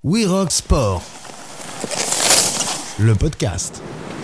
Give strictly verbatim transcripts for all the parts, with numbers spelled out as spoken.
We Rock Sport, le podcast.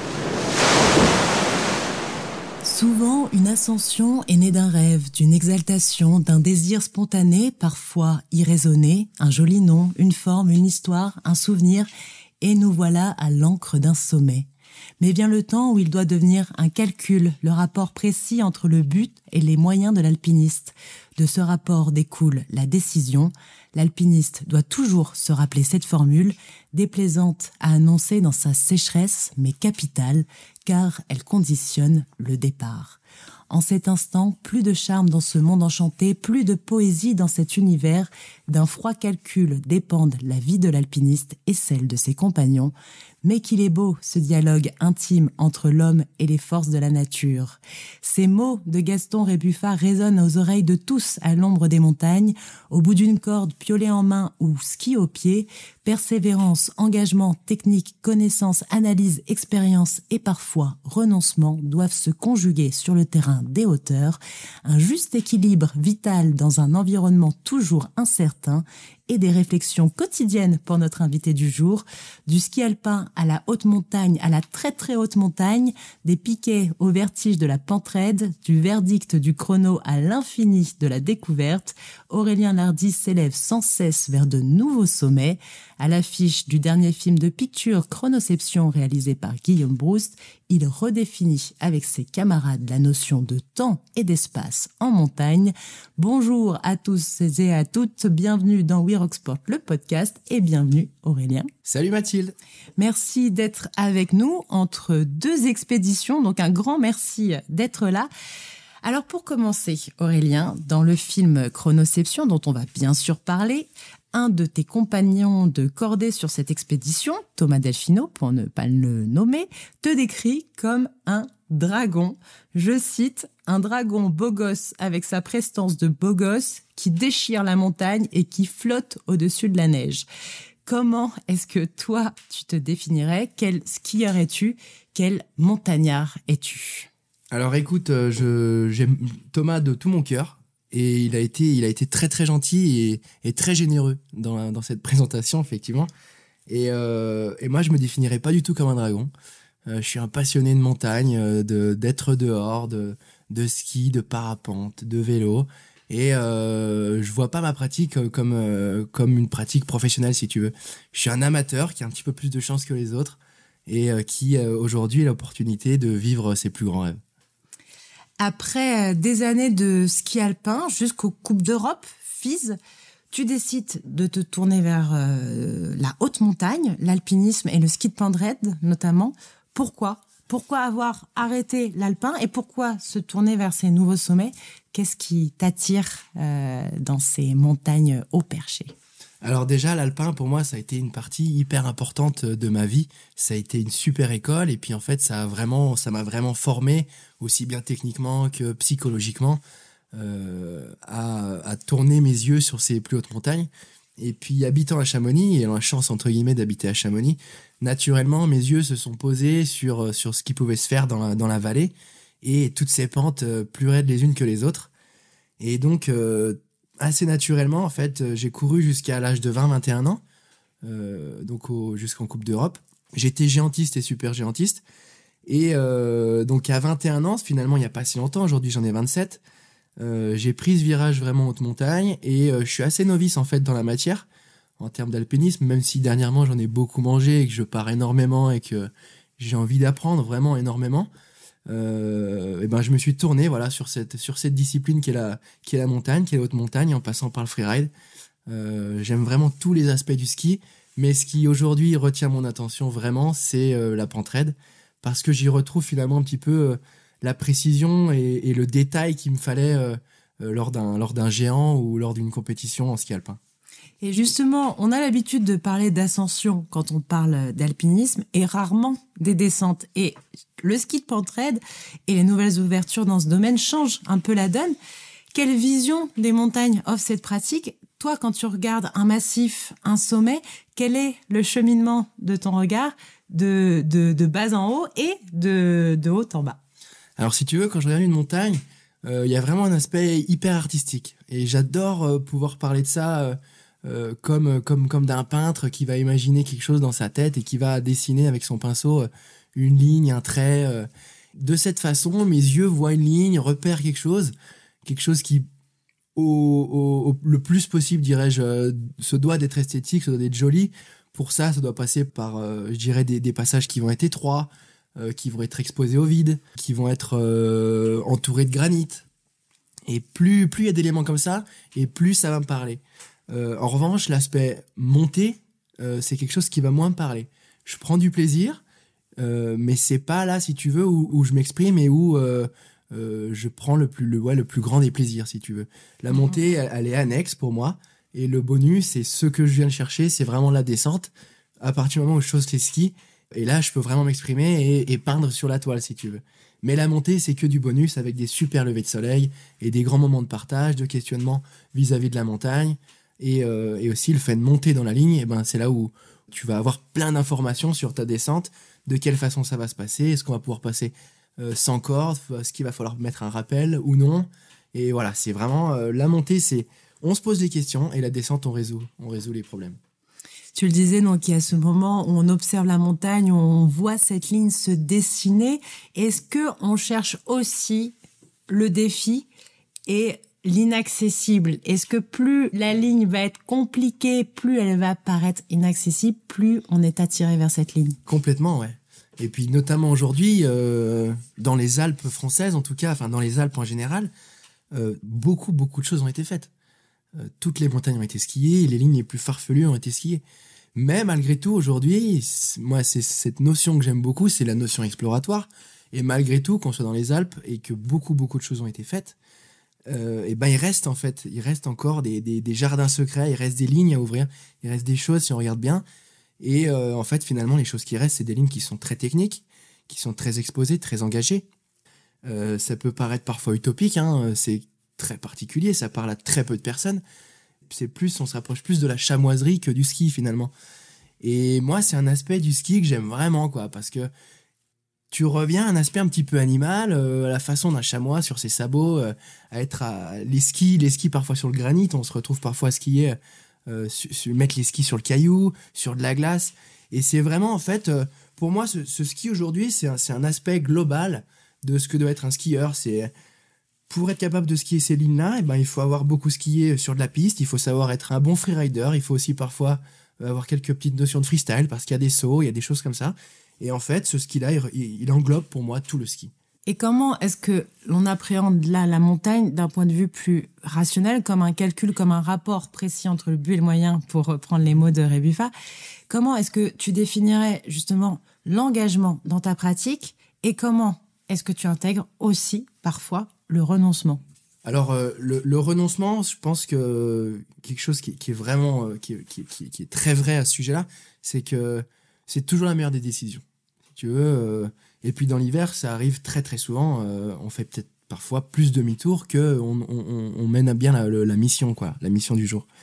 Souvent, une ascension est née d'un rêve, d'une exaltation, d'un désir spontané, parfois irraisonné, un joli nom, une forme, une histoire, un souvenir, et nous voilà à l'ancre d'un sommet. Mais vient le temps où il doit devenir un calcul, le rapport précis entre le but et les moyens de l'alpiniste. De ce rapport découle la décision. L'alpiniste doit toujours se rappeler cette formule, déplaisante à annoncer dans sa sécheresse, mais capitale, car elle conditionne le départ. En cet instant, plus de charme dans ce monde enchanté, plus de poésie dans cet univers. D'un froid calcul dépendent la vie de l'alpiniste et celle de ses compagnons. Mais qu'il est beau, ce dialogue intime entre l'homme et les forces de la nature. Ces mots de Gaston Rébuffat résonnent aux oreilles de tous à l'ombre des montagnes, au bout d'une corde, piolet en main ou ski au pied. Persévérance, engagement, technique, connaissance, analyse, expérience et parfois renoncement doivent se conjuguer sur le terrain des hauteurs. Un juste équilibre vital dans un environnement toujours incertain et des réflexions quotidiennes pour notre invité du jour. Du ski alpin à la haute montagne, à la très très haute montagne, des piquets au vertige de la pente raide, du verdict du chrono à l'infini de la découverte, Aurélien Lardy s'élève sans cesse vers de nouveaux sommets. À l'affiche du dernier film de picture Chronoception réalisé par Guillaume Brouste, il redéfinit avec ses camarades la notion de temps et d'espace en montagne. Bonjour à tous et à toutes, bienvenue dans We Rock Sport, le podcast, et bienvenue Aurélien. Salut Mathilde. Merci d'être avec nous entre deux expéditions, donc un grand merci d'être là. Alors pour commencer, Aurélien, dans le film Chronoception, dont on va bien sûr parler, un de tes compagnons de cordée sur cette expédition, Thomas Delfino, pour ne pas le nommer, te décrit comme un dragon. Je cite, un dragon beau gosse avec sa prestance de beau gosse qui déchire la montagne et qui flotte au-dessus de la neige. Comment est-ce que toi, tu te définirais? Quel skieur es-tu? Quel montagnard es-tu? Alors écoute, euh, je, j'aime Thomas de tout mon cœur. Et il a été, il a été très très gentil et, et très généreux dans, la, dans cette présentation, effectivement. Et, euh, et moi, je me définirais pas du tout comme un dragon. Euh, je suis un passionné de montagne, euh, de, d'être dehors, de, de ski, de parapente, de vélo. Et euh, je vois pas ma pratique comme, euh, comme une pratique professionnelle, si tu veux. Je suis un amateur qui a un petit peu plus de chance que les autres et euh, qui, euh, aujourd'hui, a l'opportunité de vivre ses plus grands rêves. Après des années de ski alpin jusqu'aux Coupes d'Europe, F I S, tu décides de te tourner vers euh, la haute montagne, l'alpinisme et le ski de pente raide notamment. Pourquoi ? Pourquoi avoir arrêté l'alpin et pourquoi se tourner vers ces nouveaux sommets ? Qu'est-ce qui t'attire euh, dans ces montagnes haut perchées ? Alors déjà, l'alpin, pour moi, ça a été une partie hyper importante de ma vie. Ça a été une super école et puis en fait, ça a vraiment, ça m'a vraiment formé, aussi bien techniquement que psychologiquement, euh, à, à tourner mes yeux sur ces plus hautes montagnes. Et puis, habitant à Chamonix, et ayant la chance, entre guillemets, d'habiter à Chamonix, naturellement, mes yeux se sont posés sur, sur ce qui pouvait se faire dans la, dans la vallée et toutes ces pentes plus raides les unes que les autres. Et donc... Euh, assez naturellement, en fait, j'ai couru jusqu'à l'âge de vingt à vingt et un ans, euh, donc au, jusqu'en Coupe d'Europe. J'étais géantiste et super géantiste. Et euh, donc à vingt et un ans, finalement, il n'y a pas si longtemps, aujourd'hui j'en ai vingt-sept, euh, j'ai pris ce virage vraiment haute montagne et euh, je suis assez novice en fait dans la matière, en termes d'alpinisme, même si dernièrement j'en ai beaucoup mangé et que je pars énormément et que j'ai envie d'apprendre vraiment énormément. Euh, et ben je me suis tourné voilà sur cette sur cette discipline qui est la qui est la montagne, qui est la haute montagne, en passant par le freeride. Euh, j'aime vraiment tous les aspects du ski, mais ce qui aujourd'hui retient mon attention vraiment, c'est euh, la pente raide, parce que j'y retrouve finalement un petit peu euh, la précision et, et le détail qu'il me fallait euh, euh, lors d'un lors d'un géant ou lors d'une compétition en ski alpin. Et justement, on a l'habitude de parler d'ascension quand on parle d'alpinisme et rarement des descentes. Et le ski de pente raide et les nouvelles ouvertures dans ce domaine changent un peu la donne. Quelle vision des montagnes offre cette pratique ? Toi, quand tu regardes un massif, un sommet, quel est le cheminement de ton regard de, de, de bas en haut et de, de haut en bas ? Alors si tu veux, quand je regarde une montagne, il euh, y a vraiment un aspect hyper artistique. Et j'adore euh, pouvoir parler de ça... Euh, euh, comme, comme, comme d'un peintre qui va imaginer quelque chose dans sa tête et qui va dessiner avec son pinceau euh, une ligne, un trait. Euh. De cette façon, mes yeux voient une ligne, repèrent quelque chose, quelque chose qui, au, au, au, le plus possible, dirais-je, euh, se doit d'être esthétique, se doit d'être joli. Pour ça, ça doit passer par, euh, je dirais, des, des passages qui vont être étroits, euh, qui vont être exposés au vide, qui vont être euh, entourés de granit. Et plus plus il y a d'éléments comme ça, et plus ça va me parler. Euh, en revanche, l'aspect monté, euh, c'est quelque chose qui va moins me parler. Je prends du plaisir, euh, mais c'est pas là, si tu veux, où, où je m'exprime et où euh, euh, je prends le plus, le, ouais, le plus grand des plaisirs, si tu veux. La montée, elle, elle est annexe pour moi, et le bonus, c'est ce que je viens de chercher, c'est vraiment la descente. À partir du moment où je chausse les skis, et là, je peux vraiment m'exprimer et, et peindre sur la toile, si tu veux. Mais la montée, c'est que du bonus avec des super levées de soleil et des grands moments de partage, de questionnement vis-à-vis de la montagne. Et, euh, et aussi le fait de monter dans la ligne, et ben, c'est là où tu vas avoir plein d'informations sur ta descente, de quelle façon ça va se passer, est-ce qu'on va pouvoir passer euh, sans corde, est-ce qu'il va falloir mettre un rappel ou non. Et voilà, c'est vraiment euh, la montée, c'est on se pose des questions et la descente, on résout, on résout les problèmes. Tu le disais, donc il y a ce moment où on observe la montagne, où on voit cette ligne se dessiner. Est-ce que on cherche aussi le défi et l'inaccessible? Est-ce que plus la ligne va être compliquée, plus elle va paraître inaccessible, plus on est attiré vers cette ligne? Complètement, ouais. Et puis notamment aujourd'hui, euh, dans les Alpes françaises, en tout cas, enfin dans les Alpes en général, euh, beaucoup beaucoup de choses ont été faites. Euh, toutes les montagnes ont été skiées, et les lignes les plus farfelues ont été skiées. Mais malgré tout, aujourd'hui, c'est, moi, c'est cette notion que j'aime beaucoup, c'est la notion exploratoire. Et malgré tout, qu'on soit dans les Alpes et que beaucoup, beaucoup de choses ont été faites, euh, et ben il reste en fait, il reste encore des, des, des jardins secrets, il reste des lignes à ouvrir, il reste des choses si on regarde bien. Et euh, en fait, finalement, les choses qui restent, c'est des lignes qui sont très techniques, qui sont très exposées, très engagées. Euh, ça peut paraître parfois utopique, hein, c'est très particulier, ça parle à très peu de personnes. C'est plus, on se rapproche plus de la chamoiserie que du ski finalement. Et moi, c'est un aspect du ski que j'aime vraiment, quoi, parce que tu reviens à un aspect un petit peu animal, euh, à la façon d'un chamois sur ses sabots, euh, à être à les skis, les skis parfois sur le granit, on se retrouve parfois à skier, euh, su, su, mettre les skis sur le caillou, sur de la glace. Et c'est vraiment, en fait, euh, pour moi, ce, ce ski aujourd'hui, c'est un, c'est un aspect global de ce que doit être un skieur. C'est Pour être capable de skier ces lignes-là, eh ben, il faut avoir beaucoup skié sur de la piste, il faut savoir être un bon freerider, il faut aussi parfois avoir quelques petites notions de freestyle parce qu'il y a des sauts, il y a des choses comme ça. Et en fait, ce ski-là, il, il englobe pour moi tout le ski. Et comment est-ce que l'on appréhende là la montagne d'un point de vue plus rationnel, comme un calcul, comme un rapport précis entre le but et le moyen, pour reprendre les mots de Rebuffa? Comment est-ce que tu définirais justement l'engagement dans ta pratique et comment est-ce que tu intègres aussi parfois le renoncement? Alors, euh, le, le renoncement, je pense que quelque chose qui, qui est vraiment, euh, qui, qui, qui, qui est très vrai à ce sujet-là, c'est que c'est toujours la meilleure des décisions. Si tu veux, euh, et puis dans l'hiver, ça arrive très très souvent, euh, on fait peut-être parfois plus demi-tour que on, on, on mène à bien la, la mission, quoi, la mission du jour.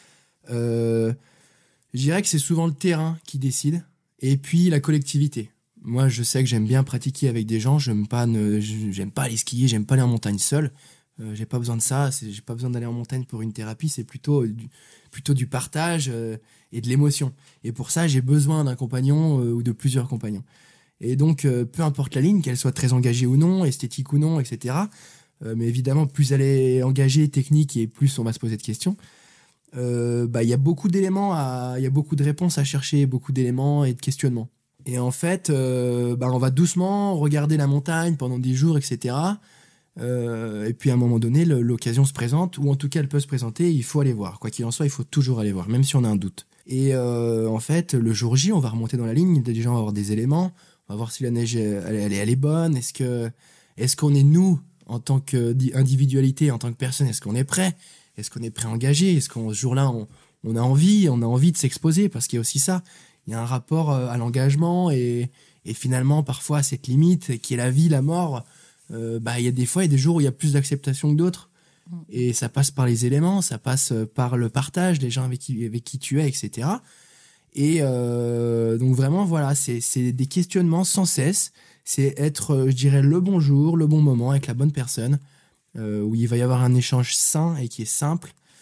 Euh, je dirais que c'est souvent le terrain qui décide, et puis la collectivité. Moi, je sais que j'aime bien pratiquer avec des gens, j'aime pas, ne, j'aime pas aller skier, j'aime pas aller en montagne seul. Euh, j'ai pas besoin de ça, c'est, j'ai pas besoin d'aller en montagne pour une thérapie, c'est plutôt euh, du, plutôt du partage euh, et de l'émotion. Et pour ça, j'ai besoin d'un compagnon euh, ou de plusieurs compagnons. Et donc, euh, peu importe la ligne, qu'elle soit très engagée ou non, esthétique ou non, et cetera. Euh, mais évidemment, plus elle est engagée, technique, et plus on va se poser de questions. Euh, bah, y a beaucoup d'éléments, il y a beaucoup de réponses à chercher, beaucoup d'éléments et de questionnements. Et en fait, euh, bah, on va doucement regarder la montagne pendant dix jours, et cetera. Euh, et puis à un moment donné, le, l'occasion se présente, ou en tout cas elle peut se présenter, il faut aller voir. Quoi qu'il en soit, il faut toujours aller voir, même si on a un doute. Et euh, en fait, le jour J, on va remonter dans la ligne, déjà on va avoir des éléments, on va voir si la neige elle, elle, elle est bonne, est-ce, que, est-ce qu'on est nous, en tant qu'individualité, en tant que personne, est-ce qu'on est prêt? Est-ce qu'on est prêt à engager? Est-ce qu'en ce jour-là, on, on a envie, on a envie de s'exposer? Parce qu'il y a aussi ça, il y a un rapport à l'engagement et, et finalement parfois à cette limite qui est la vie, la mort. Euh, bah, il y a des fois, il y a des jours où il y a plus d'acceptation que d'autres. Et ça passe par les éléments, ça passe par le partage des gens avec qui, avec qui tu es, et cetera. Et euh, donc vraiment, voilà, c'est, c'est des questionnements sans cesse. C'est être, je dirais, le bon jour, le bon moment avec la bonne personne, euh, où il va y avoir un échange sain et qui est simple.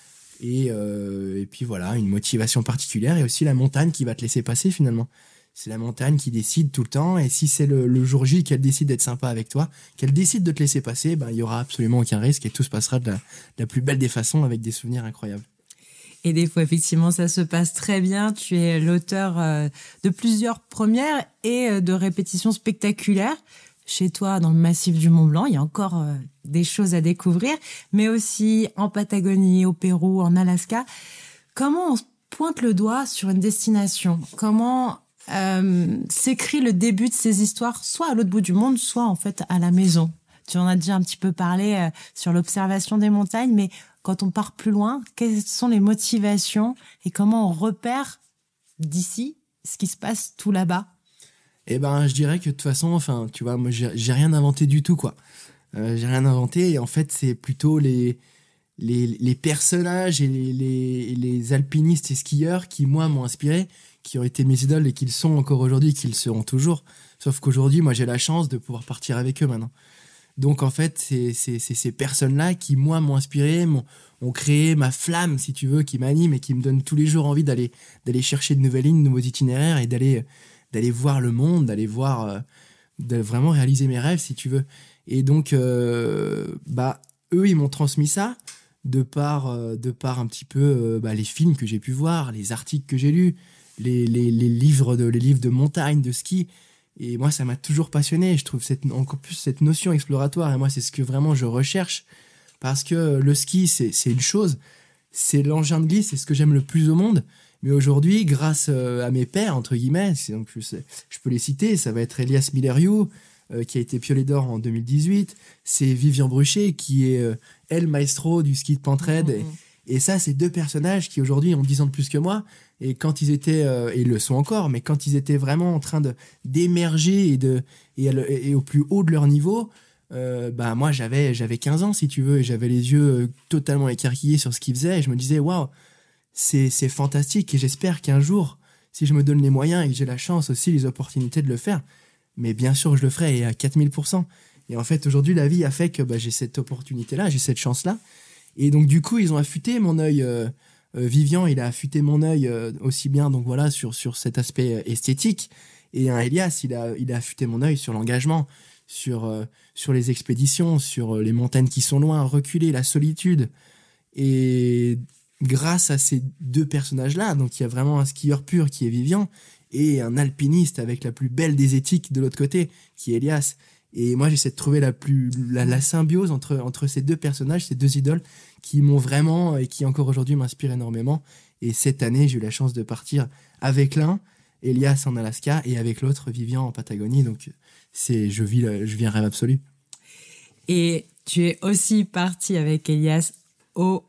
Et, euh, et puis voilà, une motivation particulière et aussi la montagne qui va te laisser passer finalement. C'est la montagne qui décide tout le temps et si c'est le, le jour J qu'elle décide d'être sympa avec toi, qu'elle décide de te laisser passer, ben, il y aura absolument aucun risque et tout se passera de la, de la plus belle des façons avec des souvenirs incroyables. Et des fois, effectivement, ça se passe très bien. Tu es l'auteur euh, de plusieurs premières et euh, de répétitions spectaculaires. Chez toi, dans le massif du Mont Blanc, il y a encore euh, des choses à découvrir, mais aussi en Patagonie, au Pérou, en Alaska. Comment on pointe le doigt sur une destination ? Comment euh, s'écrit le début de ces histoires, soit à l'autre bout du monde, soit en fait à la maison ? Tu en as déjà un petit peu parlé euh, sur l'observation des montagnes, mais quand on part plus loin, quelles sont les motivations et comment on repère d'ici ce qui se passe tout là-bas ? Eh ben, je dirais que de toute façon, enfin, tu vois, moi, j'ai, j'ai rien inventé du tout, quoi. Euh, j'ai rien inventé et en fait, c'est plutôt les, les, les personnages et les, les, les alpinistes et skieurs qui, moi, m'ont inspiré, qui ont été mes idoles et qui le sont encore aujourd'hui, qui le seront toujours. Sauf qu'aujourd'hui, moi, j'ai la chance de pouvoir partir avec eux maintenant. Donc, en fait, c'est, c'est, c'est ces personnes-là qui, moi, m'ont inspiré, m'ont, ont créé ma flamme, si tu veux, qui m'anime et qui me donne tous les jours envie d'aller, d'aller chercher de nouvelles lignes, de nouveaux itinéraires et d'aller, d'aller voir le monde, d'aller voir, euh, de vraiment réaliser mes rêves, si tu veux. Et donc, euh, bah, eux, ils m'ont transmis ça de par, euh, de par un petit peu euh, bah, les films que j'ai pu voir, les articles que j'ai lus, les, les, les, livres de, les livres de montagne, de ski. Et moi, ça m'a toujours passionné. Je trouve cette, encore plus cette notion exploratoire. Et moi, c'est ce que vraiment je recherche. Parce que le ski, c'est, c'est une chose. C'est l'engin de glisse, c'est ce que j'aime le plus au monde. Mais aujourd'hui, grâce à mes pairs, entre guillemets, c'est, donc, je, sais, je peux les citer, ça va être Elias Milleriou, euh, qui a été piolet d'or en deux mille dix-huit. C'est Vivian Bruchet, qui est euh, El Maestro du ski de Pentraide. Mmh. Et, et ça, c'est deux personnages qui aujourd'hui ont dix ans de plus que moi. Et quand ils étaient, euh, et ils le sont encore, mais quand ils étaient vraiment en train de, d'émerger et, de, et, le, et au plus haut de leur niveau, euh, bah moi, j'avais, j'avais quinze ans, si tu veux, et j'avais les yeux totalement écarquillés sur ce qu'ils faisaient. Et je me disais, waouh, c'est, c'est fantastique. Et j'espère qu'un jour, si je me donne les moyens et que j'ai la chance aussi, les opportunités de le faire, mais bien sûr, je le ferai, et à quatre mille pour cent. Et en fait, aujourd'hui, la vie a fait que bah, j'ai cette opportunité-là, j'ai cette chance-là. Et donc, du coup, ils ont affûté mon œil. Euh, euh, Vivian, il a affûté mon œil euh, aussi bien, donc voilà, sur, sur cet aspect euh, esthétique. Et un Elias, il a, il a affûté mon œil sur l'engagement, sur, euh, sur les expéditions, sur euh, les montagnes qui sont loin, reculer, la solitude. Et grâce à ces deux personnages-là, donc il y a vraiment un skieur pur qui est Vivian, et un alpiniste avec la plus belle des éthiques de l'autre côté, qui est Elias. Et moi, j'essaie de trouver la, plus, la, la symbiose entre, entre ces deux personnages, ces deux idoles, qui m'ont vraiment, et qui encore aujourd'hui m'inspirent énormément. Et cette année, j'ai eu la chance de partir avec l'un, Elias en Alaska, et avec l'autre, Vivian en Patagonie. Donc, c'est, je, vis, je vis un rêve absolu. Et tu es aussi parti avec Elias au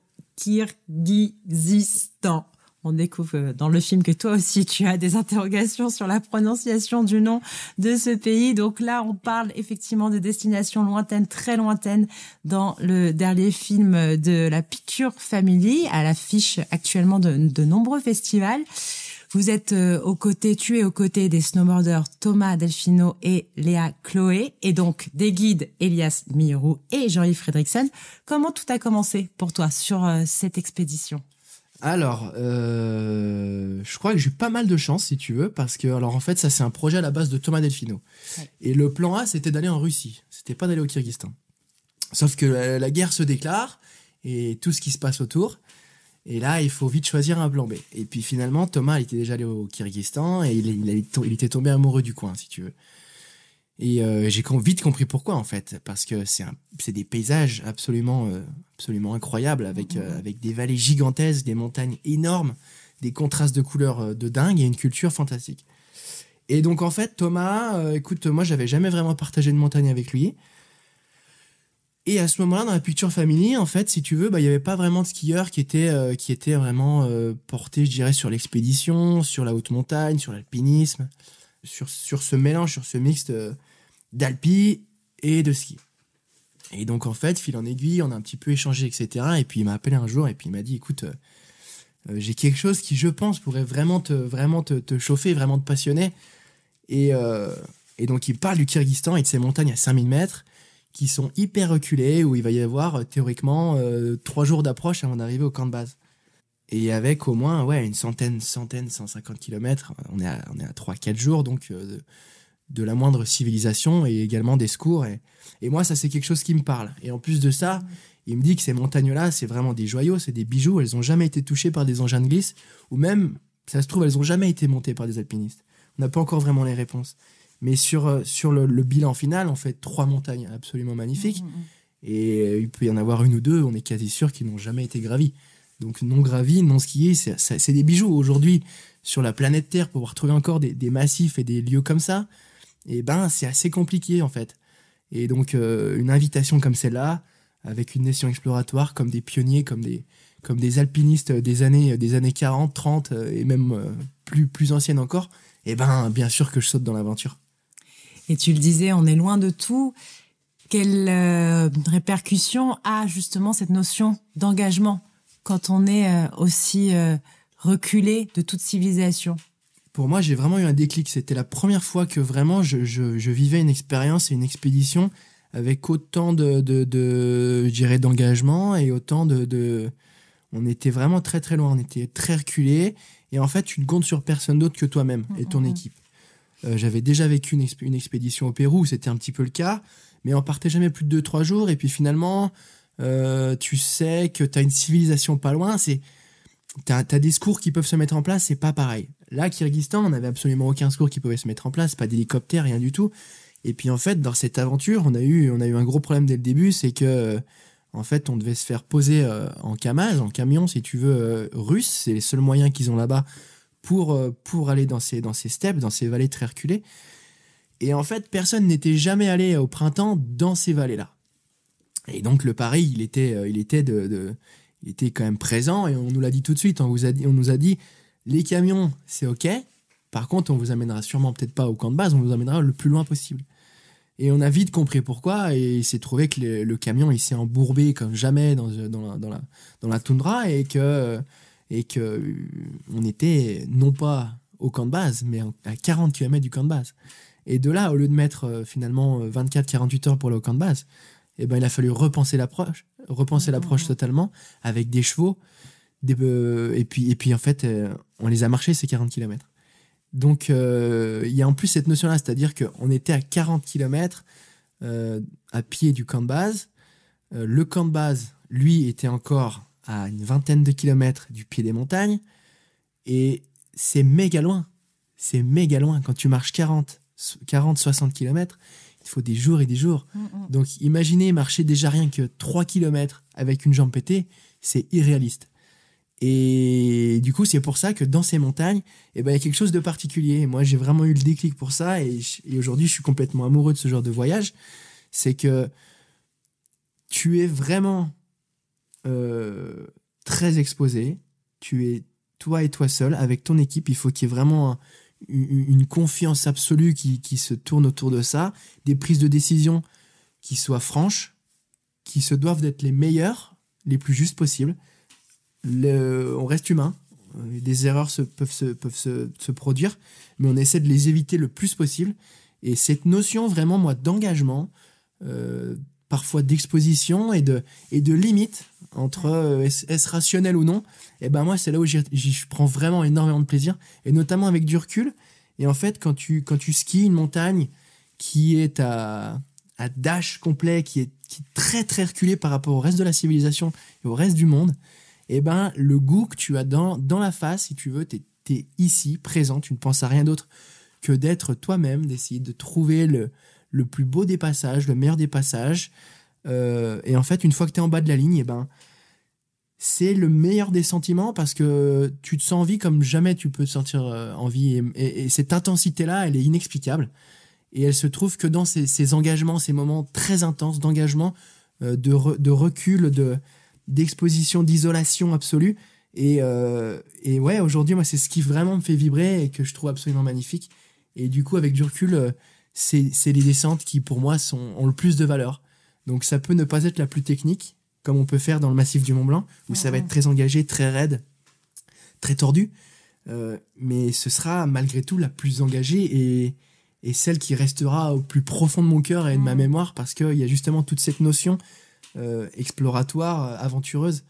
Kirghizistan. On découvre dans le film que toi aussi, tu as des interrogations sur la prononciation du nom de ce pays. Donc là, on parle effectivement de destinations lointaines, très lointaines, dans le dernier film de la Picture Family, à l'affiche actuellement de, de nombreux festivals. Vous êtes euh, aux côtés, tu es aux côtés des snowboarders Thomas Delfino et Léa Chloé, et donc des guides Elias Milleriou et Jean-Yves Fredrickson. Comment tout a commencé pour toi sur euh, cette expédition ? Alors, euh, je crois que j'ai eu pas mal de chance, si tu veux, parce que, alors en fait, ça c'est un projet à la base de Thomas Delfino. Ouais. Et le plan A, c'était d'aller en Russie. C'était pas d'aller au Kyrgyzstan. Sauf que la, la guerre se déclare et tout ce qui se passe autour. Et là, il faut vite choisir un plan B. Et puis finalement, Thomas, il était déjà allé au Kyrgyzstan et il, il, il était tombé amoureux du coin, si tu veux. Et euh, j'ai vite compris pourquoi, en fait, parce que c'est, un, c'est des paysages absolument, euh, absolument incroyables, avec, euh, avec des vallées gigantesques, des montagnes énormes, des contrastes de couleurs de dingue et une culture fantastique. Et donc, en fait, Thomas, euh, écoute, moi, j'avais jamais vraiment partagé de montagne avec lui. Et à ce moment-là, dans la Picture Family, en fait, si tu veux, bah, il n'y avait pas vraiment de skieurs qui étaient, euh, qui étaient vraiment euh, portés, je dirais, sur l'expédition, sur la haute montagne, sur l'alpinisme, sur, sur ce mélange, sur ce mixte euh, d'alpi et de ski. Et donc, en fait, fil en aiguille, on a un petit peu échangé, et cetera. Et puis, il m'a appelé un jour et puis il m'a dit, écoute, euh, euh, j'ai quelque chose qui, je pense, pourrait vraiment te, vraiment te, te chauffer, vraiment te passionner. Et, euh, et donc, il parle du Kyrgyzstan et de ces montagnes à cinq mille mètres qui sont hyper reculées, où il va y avoir, euh, théoriquement, euh, trois jours d'approche avant d'arriver au camp de base. Et avec au moins ouais, une centaine, centaine, cent cinquante kilomètres, on est à, on est à trois quatre jours, donc euh, de, de la moindre civilisation et également des secours. Et, et moi, ça, c'est quelque chose qui me parle. Et en plus de ça, il me dit que ces montagnes-là, c'est vraiment des joyaux, c'est des bijoux. Elles n'ont jamais été touchées par des engins de glisse, ou même, ça se trouve, elles n'ont jamais été montées par des alpinistes. On n'a pas encore vraiment les réponses. Mais sur, euh, sur le, le bilan final, on fait trois montagnes absolument magnifiques. Mmh, mmh. Et il peut y en avoir une ou deux, on est quasi sûr qu'ils n'ont jamais été gravis. Donc non gravis, non skiés, c'est, c'est, c'est des bijoux. Aujourd'hui, sur la planète Terre, pour pouvoir trouver encore des, des massifs et des lieux comme ça, et ben, c'est assez compliqué en fait. Et donc euh, une invitation comme celle-là, avec une nation exploratoire, comme des pionniers, comme des, comme des alpinistes des années, des années quarante, trente, et même euh, plus, plus anciennes encore, et ben bien sûr que je saute dans l'aventure. Et tu le disais, on est loin de tout. Quelle euh, répercussion a justement cette notion d'engagement quand on est euh, aussi euh, reculé de toute civilisation? Pour moi, j'ai vraiment eu un déclic. C'était la première fois que vraiment je, je, je vivais une expérience et une expédition avec autant de, de, de je dirais, d'engagement et autant de, de... On était vraiment très très loin, on était très reculé. Et en fait, tu ne comptes sur personne d'autre que toi-même et ton mmh. équipe. Euh, j'avais déjà vécu une, exp- une expédition au Pérou où c'était un petit peu le cas, mais on partait jamais plus de deux trois jours. Et puis finalement... Euh, tu sais que tu as une civilisation pas loin, c'est t'as, t'as des secours qui peuvent se mettre en place, c'est pas pareil. Là, Kyrgyzstan, on n'avait absolument aucun secours qui pouvait se mettre en place, pas d'hélicoptère, rien du tout. Et puis en fait, dans cette aventure, on a eu, on a eu un gros problème dès le début, c'est que en fait, on devait se faire poser euh, en Kamaz, en camion, si tu veux, euh, russe. C'est les seuls moyens qu'ils ont là-bas pour, euh, pour aller dans ces, dans ces steppes, dans ces vallées très reculées. Et en fait, personne n'était jamais allé au printemps dans ces vallées-là. Et donc le pari, il était, il était de, de, il était quand même présent et on nous l'a dit tout de suite. On vous a dit, on nous a dit, les camions, c'est ok. Par contre, on vous amènera sûrement peut-être pas au camp de base, on vous amènera le plus loin possible. Et on a vite compris pourquoi et il s'est trouvé que le, le camion, il s'est embourbé comme jamais dans, dans la, dans la, dans la toundra et que, et que on était non pas au camp de base, mais à quarante kilomètres du camp de base. Et de là, au lieu de mettre finalement vingt-quatre à quarante-huit heures pour aller au camp de base, eh ben, il a fallu repenser l'approche, repenser mmh. l'approche totalement, avec des chevaux, des, euh, et, puis, et puis en fait, euh, on les a marchés ces quarante kilomètres. Donc, euh, il y a en plus cette notion-là, c'est-à-dire qu'on était à quarante kilomètres euh, à pied du camp de base. Euh, le camp de base, lui, était encore à une vingtaine de kilomètres du pied des montagnes, et c'est méga loin. C'est méga loin. Quand tu marches quarante, soixante kilomètres, il faut des jours et des jours. Mmh, mmh. Donc, imaginez marcher déjà rien que trois kilomètres avec une jambe pétée, c'est irréaliste. Et du coup, c'est pour ça que dans ces montagnes, eh ben, il y a quelque chose de particulier. Moi, j'ai vraiment eu le déclic pour ça et, et aujourd'hui, je suis complètement amoureux de ce genre de voyage. C'est que tu es vraiment euh, très exposé. Tu es toi et toi seul avec ton équipe. Il faut qu'il y ait vraiment un, une confiance absolue qui, qui se tourne autour de ça, des prises de décision qui soient franches, qui se doivent d'être les meilleures, les plus justes possibles. Le, on reste humain, des erreurs se, peuvent, se, peuvent se, se produire, mais on essaie de les éviter le plus possible. Et cette notion vraiment, moi, d'engagement, euh, parfois d'exposition et de, et de limite entre euh, est-ce, est-ce rationnel ou non, et ben moi c'est là où j'y, j'y prends vraiment énormément de plaisir et notamment avec du recul. Et en fait quand tu, quand tu skis une montagne qui est à, à dash complet, qui est, qui est très très reculée par rapport au reste de la civilisation et au reste du monde, et ben le goût que tu as dans, dans la face, si tu veux, t'es, t'es ici présent, tu ne penses à rien d'autre que d'être toi-même, d'essayer de trouver le le plus beau des passages, le meilleur des passages. Euh, et en fait, une fois que tu es en bas de la ligne, eh ben, c'est le meilleur des sentiments parce que tu te sens en vie comme jamais tu peux te sentir en vie. Et, et, et cette intensité-là, elle est inexplicable. Et elle se trouve que dans ces, ces engagements, ces moments très intenses d'engagement, euh, de, re, de recul, de, d'exposition, d'isolation absolue. Et, euh, et ouais, aujourd'hui, moi, c'est ce qui vraiment me fait vibrer et que je trouve absolument magnifique. Et du coup, avec du recul... Euh, C'est, c'est les descentes qui, pour moi, sont, ont le plus de valeur. Donc, ça peut ne pas être la plus technique, comme on peut faire dans le massif du Mont-Blanc, où mmh. ça va être très engagé, très raide, très tordu. Euh, mais ce sera, malgré tout, la plus engagée et, et celle qui restera au plus profond de mon cœur et de mmh. ma mémoire, parce qu'il y a justement toute cette notion euh, exploratoire, aventureuse,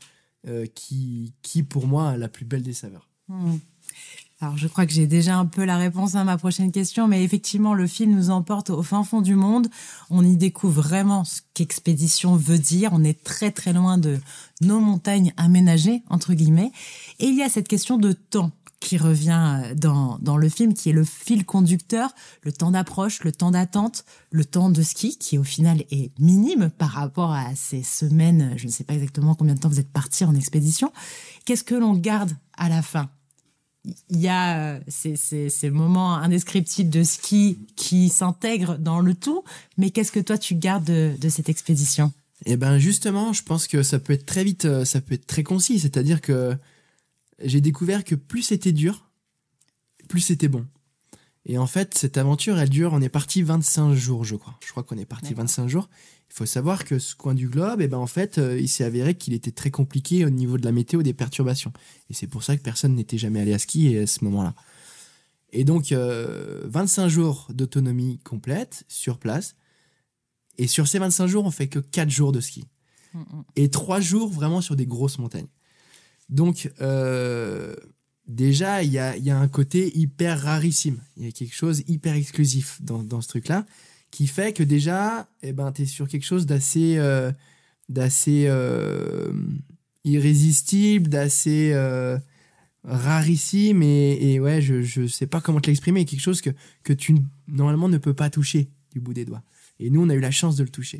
euh, qui, qui, pour moi, a la plus belle des saveurs. Mmh. Alors, je crois que j'ai déjà un peu la réponse à ma prochaine question, mais effectivement, le film nous emporte au fin fond du monde. On y découvre vraiment ce qu'expédition veut dire. On est très, très loin de nos montagnes aménagées, entre guillemets. Et il y a cette question de temps qui revient dans, dans le film, qui est le fil conducteur, le temps d'approche, le temps d'attente, le temps de ski, qui au final est minime par rapport à ces semaines. Je ne sais pas exactement combien de temps vous êtes partis en expédition. Qu'est-ce que l'on garde à la fin ? Il y a ces, ces, ces moments indescriptibles de ski qui s'intègrent dans le tout, mais qu'est-ce que toi tu gardes de, de cette expédition ? Eh ben justement, je pense que ça peut être très vite, ça peut être très concis, c'est-à-dire que j'ai découvert que plus c'était dur, plus c'était bon. Et en fait, cette aventure, elle dure, on est parti vingt-cinq jours, je crois. Je crois qu'on est parti D'accord. vingt-cinq jours. Il faut savoir que ce coin du globe, eh ben, en fait, euh, il s'est avéré qu'il était très compliqué au niveau de la météo, des perturbations. Et c'est pour ça que personne n'était jamais allé à ski à ce moment-là. Et donc, euh, vingt-cinq jours d'autonomie complète, sur place. Et sur ces vingt-cinq jours, on fait que quatre jours de ski. Mmh. Et trois jours vraiment sur des grosses montagnes. Donc, euh, déjà, il y a, y a un côté hyper rarissime. Il y a quelque chose hyper exclusif dans, dans ce truc-là, qui fait que déjà, eh ben, tu es sur quelque chose d'assez, euh, d'assez euh, irrésistible, d'assez euh, rarissime. Et, et ouais, je ne sais pas comment te l'exprimer. Quelque chose que, que tu, normalement, ne peux pas toucher du bout des doigts. Et nous, on a eu la chance de le toucher.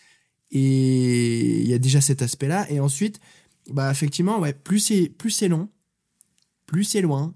Et il y a déjà cet aspect-là. Et ensuite, bah, effectivement, ouais, plus c'est, plus c'est long, plus c'est loin,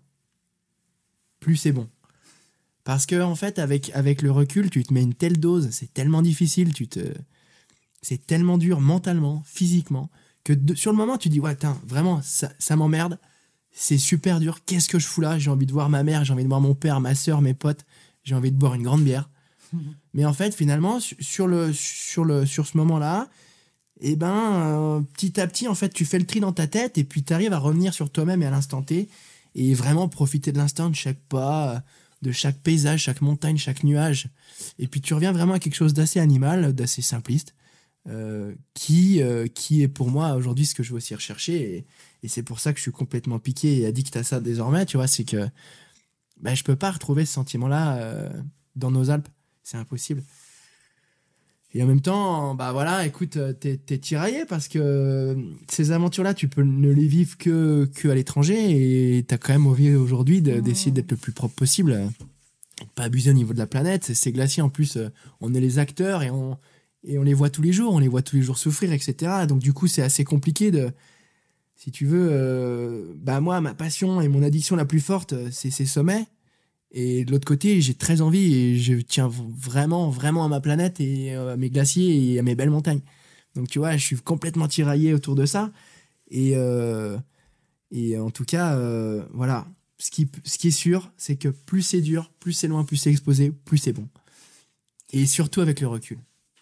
plus c'est bon. Parce que en fait, avec, avec le recul, tu te mets une telle dose, c'est tellement difficile, tu te... c'est tellement dur mentalement, physiquement, que de, sur le moment, tu dis, ouais, tain, vraiment, ça, ça m'emmerde, c'est super dur, qu'est-ce que je fous là ? J'ai envie de voir ma mère, j'ai envie de voir mon père, ma soeur, mes potes, j'ai envie de boire une grande bière. Mmh. Mais en fait, finalement, sur, le, sur, le, sur ce moment-là, et eh ben, euh, petit à petit, en fait, tu fais le tri dans ta tête et puis tu arrives à revenir sur toi-même et à l'instant T et vraiment profiter de l'instant, de chaque pas, de chaque paysage, chaque montagne, chaque nuage. Et puis tu reviens vraiment à quelque chose d'assez animal, d'assez simpliste, euh, qui, euh, qui est pour moi aujourd'hui ce que je veux aussi rechercher. Et, et c'est pour ça que je suis complètement piqué et addict à ça désormais, tu vois, c'est que ben, je peux pas retrouver ce sentiment-là euh, dans nos Alpes. C'est impossible. Et en même temps, bah voilà, écoute, t'es, t'es tiraillé parce que ces aventures-là, tu peux ne les vivre que, que à l'étranger et t'as quand même envie aujourd'hui de, d'essayer d'être le plus propre possible, de pas abuser au niveau de la planète. Ces glaciers, en plus, on est les acteurs et on, et on les voit tous les jours, on les voit tous les jours souffrir, et cetera. Donc du coup, c'est assez compliqué de, si tu veux, euh, bah moi, ma passion et mon addiction la plus forte, c'est ces sommets. Et de l'autre côté, j'ai très envie et je tiens vraiment, vraiment à ma planète et à mes glaciers et à mes belles montagnes. Donc, tu vois, je suis complètement tiraillé autour de ça. Et, euh, et en tout cas, euh, voilà. Ce qui, ce qui est sûr, c'est que plus c'est dur, plus c'est loin, plus c'est exposé, plus c'est bon. Et surtout avec le recul.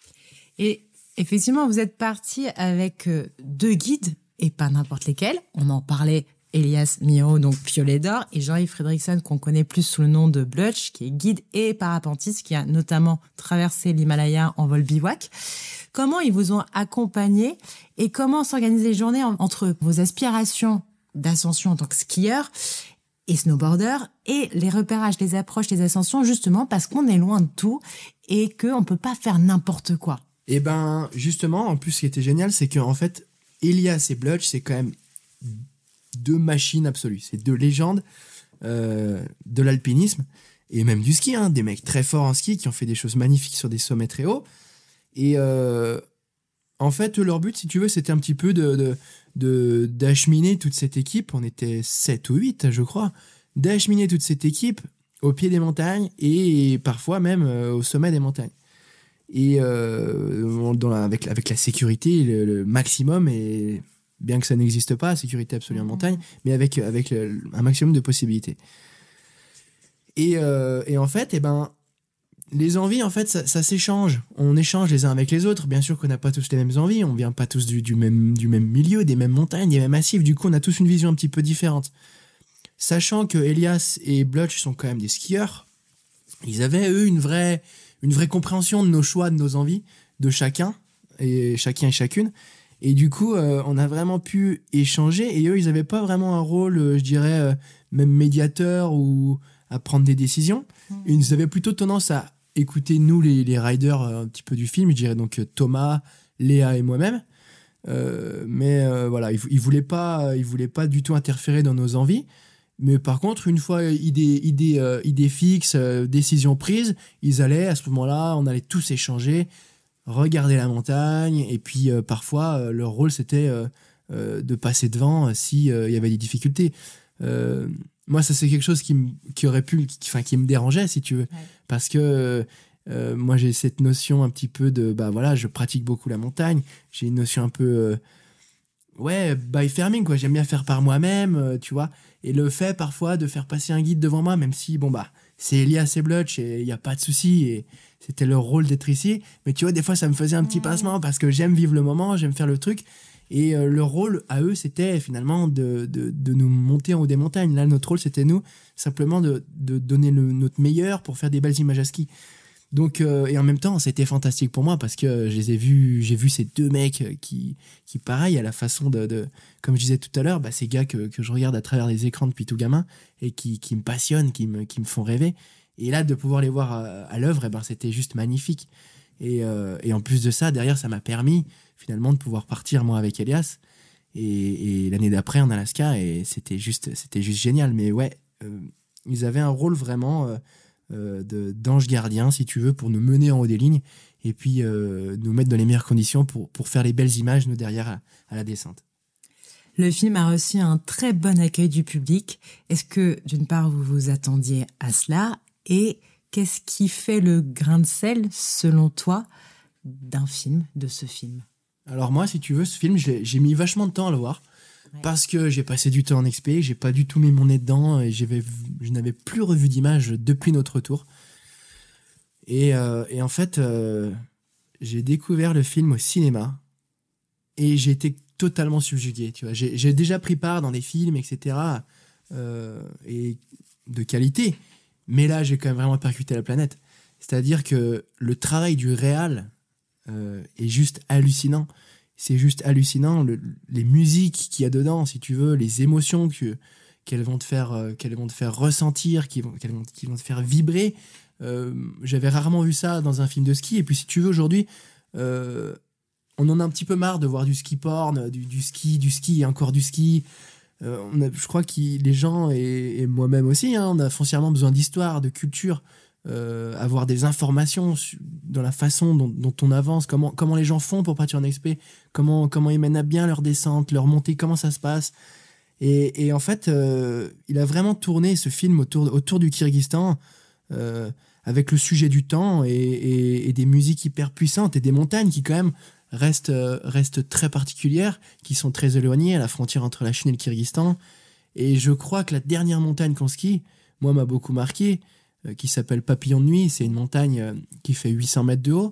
Et effectivement, vous êtes parti avec deux guides et pas n'importe lesquels. On en parlait. Elias Miro, donc Piolet d'Or, et Jean-Yves Fredriksson, qu'on connaît plus sous le nom de Blutch, qui est guide et parapentiste, qui a notamment traversé l'Himalaya en vol bivouac. Comment ils vous ont accompagné et comment s'organisent les journées entre vos aspirations d'ascension en tant que skieur et snowboarder et les repérages, les approches, les ascensions, justement parce qu'on est loin de tout et qu'on ne peut pas faire n'importe quoi? Eh ben, justement, en plus, ce qui était génial, c'est qu'en fait, Elias et Blutch, c'est quand même deux machines absolues. C'est deux légendes euh, de l'alpinisme et même du ski, hein, des mecs très forts en ski qui ont fait des choses magnifiques sur des sommets très hauts. Et euh, en fait, leur but, si tu veux, c'était un petit peu de, de, de, d'acheminer toute cette équipe. On était sept ou huit, je crois. D'acheminer toute cette équipe au pied des montagnes et parfois même euh, au sommet des montagnes. Et euh, dans la, avec, avec la sécurité, le, le maximum, et bien que ça n'existe pas, sécurité absolue en montagne, mais avec, avec le, un maximum de possibilités. Et, euh, et en fait, eh ben, les envies, en fait, ça, ça s'échange. On échange les uns avec les autres. Bien sûr qu'on n'a pas tous les mêmes envies, on vient pas tous du, du, même, du même milieu, des mêmes montagnes, des mêmes massifs. Du coup, on a tous une vision un petit peu différente. Sachant que Elias et Blutch sont quand même des skieurs, ils avaient, eux, une vraie, une vraie compréhension de nos choix, de nos envies, de chacun, et chacun et chacune. Et du coup, euh, on a vraiment pu échanger. Et eux, ils n'avaient pas vraiment un rôle, euh, je dirais, euh, même médiateur ou à prendre des décisions. Mmh. Ils avaient plutôt tendance à écouter, nous, les, les riders, euh, un petit peu du film. Je dirais donc Thomas, Léa et moi-même. Euh, mais euh, voilà, ils, ils voulaient pas, ils voulaient pas du tout interférer dans nos envies. Mais par contre, une fois idée, idée, euh, idée fixe, euh, décision prise, ils allaient, à ce moment-là, on allait tous échanger, regarder la montagne, et puis euh, parfois, euh, leur rôle, c'était euh, euh, de passer devant euh, s'il euh, y avait des difficultés. Euh, moi, ça, c'est quelque chose qui, m- qui aurait pu, qui, enfin, qui me dérangeait, si tu veux. Ouais. Parce que euh, moi, j'ai cette notion un petit peu de, bah voilà, je pratique beaucoup la montagne, j'ai une notion un peu... Euh, ouais, by farming, quoi. J'aime bien faire par moi-même, euh, tu vois. Et le fait, parfois, de faire passer un guide devant moi, même si, bon, bah, c'est Elias et Blutch et il n'y a pas de souci, et c'était leur rôle d'être ici. Mais tu vois, des fois, ça me faisait un petit pincement parce que j'aime vivre le moment, j'aime faire le truc. Et euh, leur rôle, à eux, c'était finalement de, de, de nous monter en haut des montagnes. Là, notre rôle, c'était nous, simplement de, de donner le, notre meilleur pour faire des belles images à ski. Donc, euh, et en même temps, c'était fantastique pour moi parce que je les ai vus, j'ai vu ces deux mecs qui, qui pareil, à la façon de, de comme je disais tout à l'heure, bah, ces gars que, que je regarde à travers les écrans depuis tout gamin et qui, qui me passionnent, qui me, qui me font rêver. Et là, de pouvoir les voir à, à l'œuvre, eh ben, c'était juste magnifique. Et, euh, et en plus de ça, derrière, ça m'a permis finalement de pouvoir partir, moi, avec Elias. Et, et l'année d'après, en Alaska, et c'était juste, c'était juste génial. Mais ouais, euh, ils avaient un rôle vraiment... Euh, Euh, de, d'ange gardien, si tu veux, pour nous mener en haut des lignes et puis euh, nous mettre dans les meilleures conditions pour, pour faire les belles images, nous, derrière à, à la descente. Le film a reçu un très bon accueil du public. Est-ce que, d'une part, vous vous attendiez à cela? Et qu'est-ce qui fait le grain de sel, selon toi, d'un film, de ce film? Alors moi, si tu veux, ce film, j'ai, j'ai mis vachement de temps à le voir. Ouais. Parce que j'ai passé du temps en expé, j'ai pas du tout mis mon nez dedans et j'avais, je n'avais plus revu d'image depuis notre retour. Et, euh, et en fait, euh, j'ai découvert le film au cinéma et j'ai été totalement subjugué. Tu vois, j'ai, j'ai déjà pris part dans des films, et cetera. Euh, et de qualité, mais là, j'ai quand même vraiment percuté la planète. C'est-à-dire que le travail du réal euh, est juste hallucinant. C'est juste hallucinant, le, les musiques qu'il y a dedans, si tu veux, les émotions que, qu'elles, vont te faire, euh, qu'elles vont te faire ressentir, qui vont, qu'elles vont, qui vont te faire vibrer. Euh, j'avais rarement vu ça dans un film de ski. Et puis, si tu veux, aujourd'hui, euh, on en a un petit peu marre de voir du ski porn, du, du ski, du ski et encore du ski. Euh, on a, je crois que les gens, et, et moi-même aussi, hein, on a foncièrement besoin d'histoire, de culture. Euh, avoir des informations dans la façon dont, dont on avance, comment, comment les gens font pour partir en expé, comment, comment ils mènent à bien leur descente, leur montée, comment ça se passe. Et, et en fait, euh, il a vraiment tourné ce film autour, autour du Kyrgyzstan euh, avec le sujet du temps et, et, et des musiques hyper puissantes et des montagnes qui quand même restent, euh, restent très particulières, qui sont très éloignées à la frontière entre la Chine et le Kyrgyzstan. Et je crois que la dernière montagne qu'on skie, moi, m'a beaucoup marqué, qui s'appelle Papillon de Nuit, c'est une montagne qui fait huit cents mètres de haut.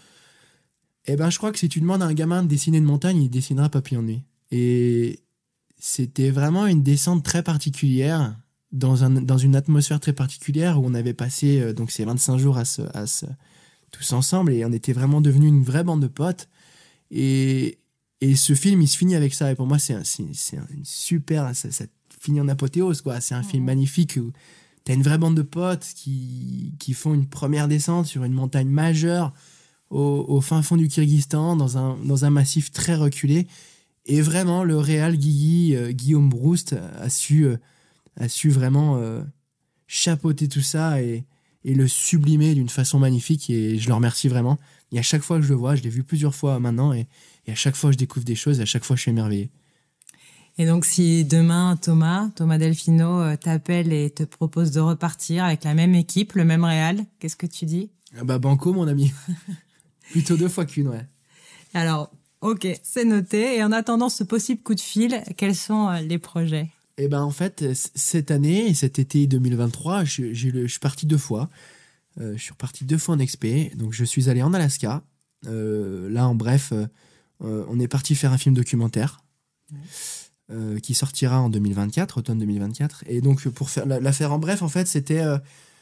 Et ben je crois que si tu demandes à un gamin de dessiner une montagne, il dessinera Papillon de Nuit. Et c'était vraiment une descente très particulière, dans, un, dans une atmosphère très particulière, où on avait passé euh, donc ces vingt-cinq jours à se, à se, tous ensemble, et on était vraiment devenus une vraie bande de potes. Et, et ce film, il se finit avec ça. Et pour moi, c'est, un, c'est, c'est une super... Ça, ça finit en apothéose, quoi. C'est un mmh. film magnifique où t'as une vraie bande de potes qui, qui font une première descente sur une montagne majeure au, au fin fond du Kyrgyzstan, dans un, dans un massif très reculé. Et vraiment, le réal Guigui, euh, Guillaume Brouste, a su, euh, a su vraiment euh, chapeauter tout ça et, et le sublimer d'une façon magnifique. Et je le remercie vraiment. Et à chaque fois que je le vois, je l'ai vu plusieurs fois maintenant, et, et à chaque fois, je découvre des choses, et à chaque fois, je suis émerveillé. Et donc, si demain, Thomas, Thomas Delfino euh, t'appelle et te propose de repartir avec la même équipe, le même réal, qu'est-ce que tu dis? Ah bah banco, mon ami. Plutôt deux fois qu'une, ouais. Alors, ok, c'est noté. Et en attendant ce possible coup de fil, quels sont euh, les projets? Eh ben en fait, cette année, cet été deux mille vingt-trois, je, j'ai le, je suis parti deux fois. Euh, je suis reparti deux fois en expé. Donc, je suis allé en Alaska. Euh, là, en bref, euh, on est parti faire un film documentaire. Ouais. Euh, qui sortira en deux mille vingt-quatre, automne deux mille vingt-quatre. Et donc, pour faire la, la faire en bref, en fait, c'était... Euh,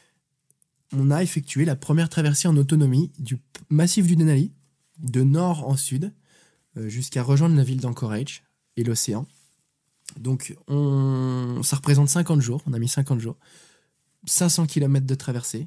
on a effectué la première traversée en autonomie du massif du Denali, de nord en sud, euh, jusqu'à rejoindre la ville d'Anchorage et l'océan. Donc, on, ça représente cinquante jours. On a mis cinquante jours. cinq cents kilomètres de traversée.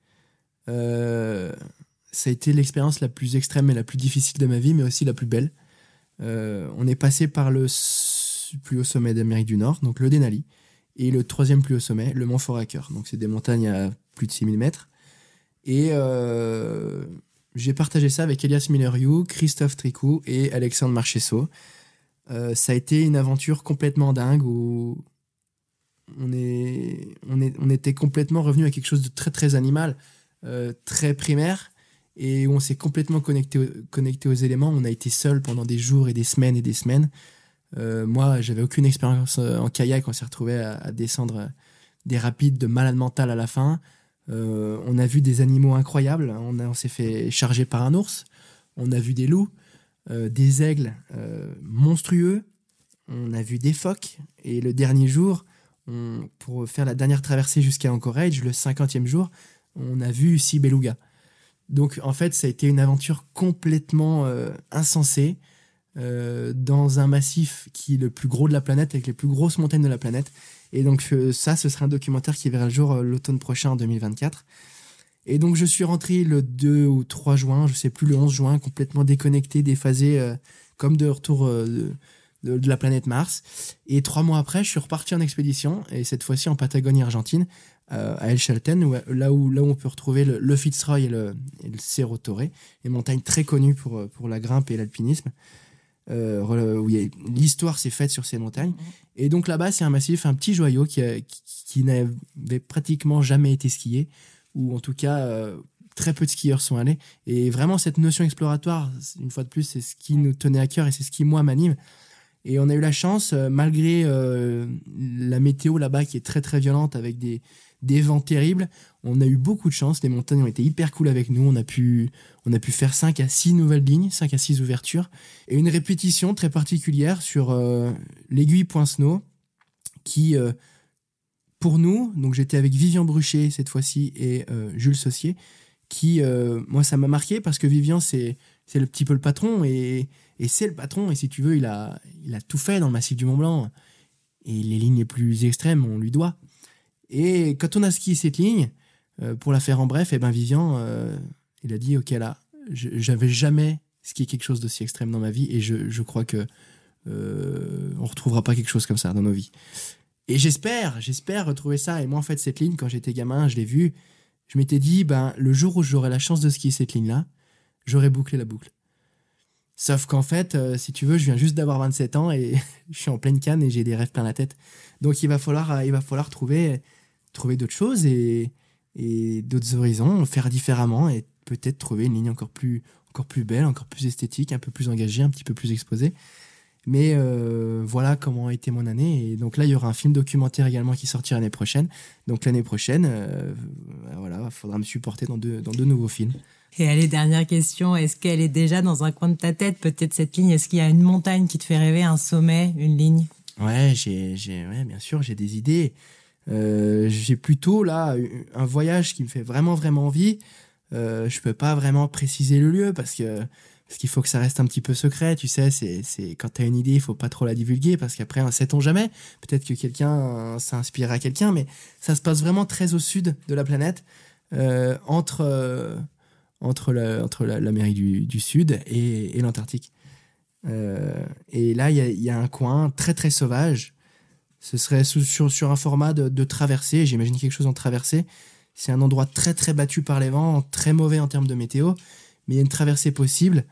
Euh, ça a été l'expérience la plus extrême et la plus difficile de ma vie, mais aussi la plus belle. Euh, on est passé par le plus haut sommet d'Amérique du Nord, donc le Denali, et le troisième plus haut sommet, le mont Foraker. Donc c'est des montagnes à plus de six mille mètres. Et euh, j'ai partagé ça avec Elias Miller-Hugh, Christophe Tricou et Alexandre Marchesso. Euh, ça a été une aventure complètement dingue où on, est, on, est, on était complètement revenu à quelque chose de très très animal, euh, très primaire, et où on s'est complètement connecté, connecté aux éléments. On a été seul pendant des jours et des semaines et des semaines. Euh, moi, j'avais aucune expérience en kayak. On s'est retrouvé à, à descendre des rapides de malade mental à la fin. Euh, on a vu des animaux incroyables. On, a, on s'est fait charger par un ours. On a vu des loups, euh, des aigles euh, monstrueux. On a vu des phoques. Et le dernier jour, on, pour faire la dernière traversée jusqu'à Anchorage, le cinquantième jour, on a vu six belugas. Donc, en fait, ça a été une aventure complètement euh, insensée. Euh, dans un massif qui est le plus gros de la planète, avec les plus grosses montagnes de la planète. Et donc euh, ça, ce sera un documentaire qui verra le jour euh, l'automne prochain, en deux mille vingt-quatre. Et donc je suis rentré le deux ou trois juin, je sais plus, le onze juin, complètement déconnecté, déphasé, euh, comme de retour euh, de, de, de la planète Mars. Et trois mois après, je suis reparti en expédition, et cette fois-ci en Patagonie argentine, euh, à El Chaltén, où, là, où, là où on peut retrouver le, le Fitzroy et le, et le Cerro Torre, des montagnes très connues pour, pour la grimpe et l'alpinisme. Euh, où y a, l'histoire s'est faite sur ces montagnes. Et donc là-bas, c'est un massif, un petit joyau qui, a, qui, qui n'avait pratiquement jamais été skié, ou en tout cas, euh, très peu de skieurs sont allés. Et vraiment, cette notion exploratoire, une fois de plus, c'est ce qui nous tenait à cœur et c'est ce qui, moi, m'anime. Et on a eu la chance, euh, malgré euh, la météo là-bas qui est très très violente avec des, des vents terribles, on a eu beaucoup de chance. Les montagnes ont été hyper cool avec nous. On a pu, on a pu faire cinq à six nouvelles lignes, cinq à six ouvertures. Et une répétition très particulière sur euh, l'aiguille Point Snow qui, euh, pour nous, donc j'étais avec Vivian Bruchet cette fois-ci et euh, Jules Saucier, qui, euh, moi, ça m'a marqué parce que Vivian, c'est, c'est le petit peu le patron et, et c'est le patron. Et si tu veux, il a, il a tout fait dans le massif du Mont-Blanc. Et les lignes les plus extrêmes, on lui doit. Et quand on a skié cette ligne, euh, pour la faire en bref, eh ben Vivian, euh, il a dit, ok là, je, j'avais jamais skié quelque chose d'aussi extrême dans ma vie et je, je crois que euh, on retrouvera pas quelque chose comme ça dans nos vies. Et j'espère, j'espère retrouver ça. Et moi, en fait, cette ligne, quand j'étais gamin, je l'ai vue, je m'étais dit, ben, le jour où j'aurai la chance de skier cette ligne-là, j'aurai bouclé la boucle. Sauf qu'en fait, euh, si tu veux, je viens juste d'avoir vingt-sept ans et je suis en pleine canne et j'ai des rêves plein la tête. Donc, il va falloir, euh, il va falloir trouver, trouver d'autres choses et, et d'autres horizons, faire différemment et peut-être trouver une ligne encore plus, encore plus belle, encore plus esthétique, un peu plus engagée, un petit peu plus exposée. Mais euh, voilà comment a été mon année. Et donc là, il y aura un film documentaire également qui sortira l'année prochaine. Donc l'année prochaine, euh, voilà, il faudra me supporter dans deux, dans deux nouveaux films. Et allez, dernière question, est-ce qu'elle est déjà dans un coin de ta tête, peut-être cette ligne? Est-ce qu'il y a une montagne qui te fait rêver, un sommet, une ligne? Ouais, j'ai, j'ai, ouais, bien sûr, j'ai des idées. Euh, j'ai plutôt là un voyage qui me fait vraiment, vraiment envie. Euh, je peux pas vraiment préciser le lieu parce que parce qu'il faut que ça reste un petit peu secret, tu sais, c'est, c'est, quand t'as une idée, il faut pas trop la divulguer, parce qu'après, on sait-on jamais, peut-être que quelqu'un, ça inspirera quelqu'un, mais ça se passe vraiment très au sud de la planète, euh, entre, euh, entre, la, entre la, l'Amérique du, du Sud et, et l'Antarctique. Euh, et là, il y a, y a un coin très très sauvage, ce serait sous, sur, sur un format de, de traversée, j'imagine quelque chose en traversée, c'est un endroit très très battu par les vents, très mauvais en termes de météo, mais il y a une traversée possible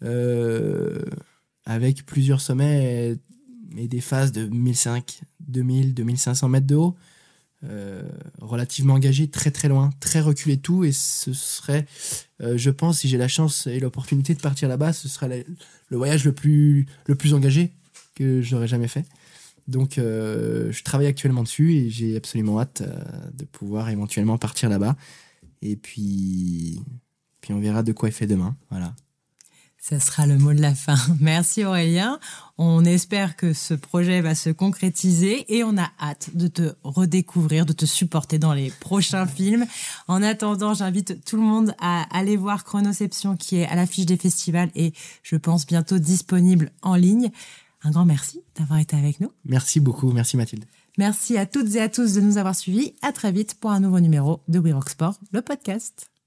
euh, avec plusieurs sommets et des phases de mille cinq cents, deux mille, deux mille cinq cents mètres de haut, euh, relativement engagé, très très loin, très reculé tout, et ce serait, euh, je pense, si j'ai la chance et l'opportunité de partir là-bas, ce serait la, le voyage le plus, le plus engagé que j'aurais jamais fait. Donc euh, je travaille actuellement dessus et j'ai absolument hâte euh, de pouvoir éventuellement partir là-bas. Et puis... Puis on verra de quoi il fait demain. Voilà. Ça sera le mot de la fin. Merci Aurélien. On espère que ce projet va se concrétiser et on a hâte de te redécouvrir, de te supporter dans les prochains films. En attendant, j'invite tout le monde à aller voir Chronoception qui est à l'affiche des festivals et je pense bientôt disponible en ligne. Un grand merci d'avoir été avec nous. Merci beaucoup. Merci Mathilde. Merci à toutes et à tous de nous avoir suivis. À très vite pour un nouveau numéro de We Rock Sport, le podcast.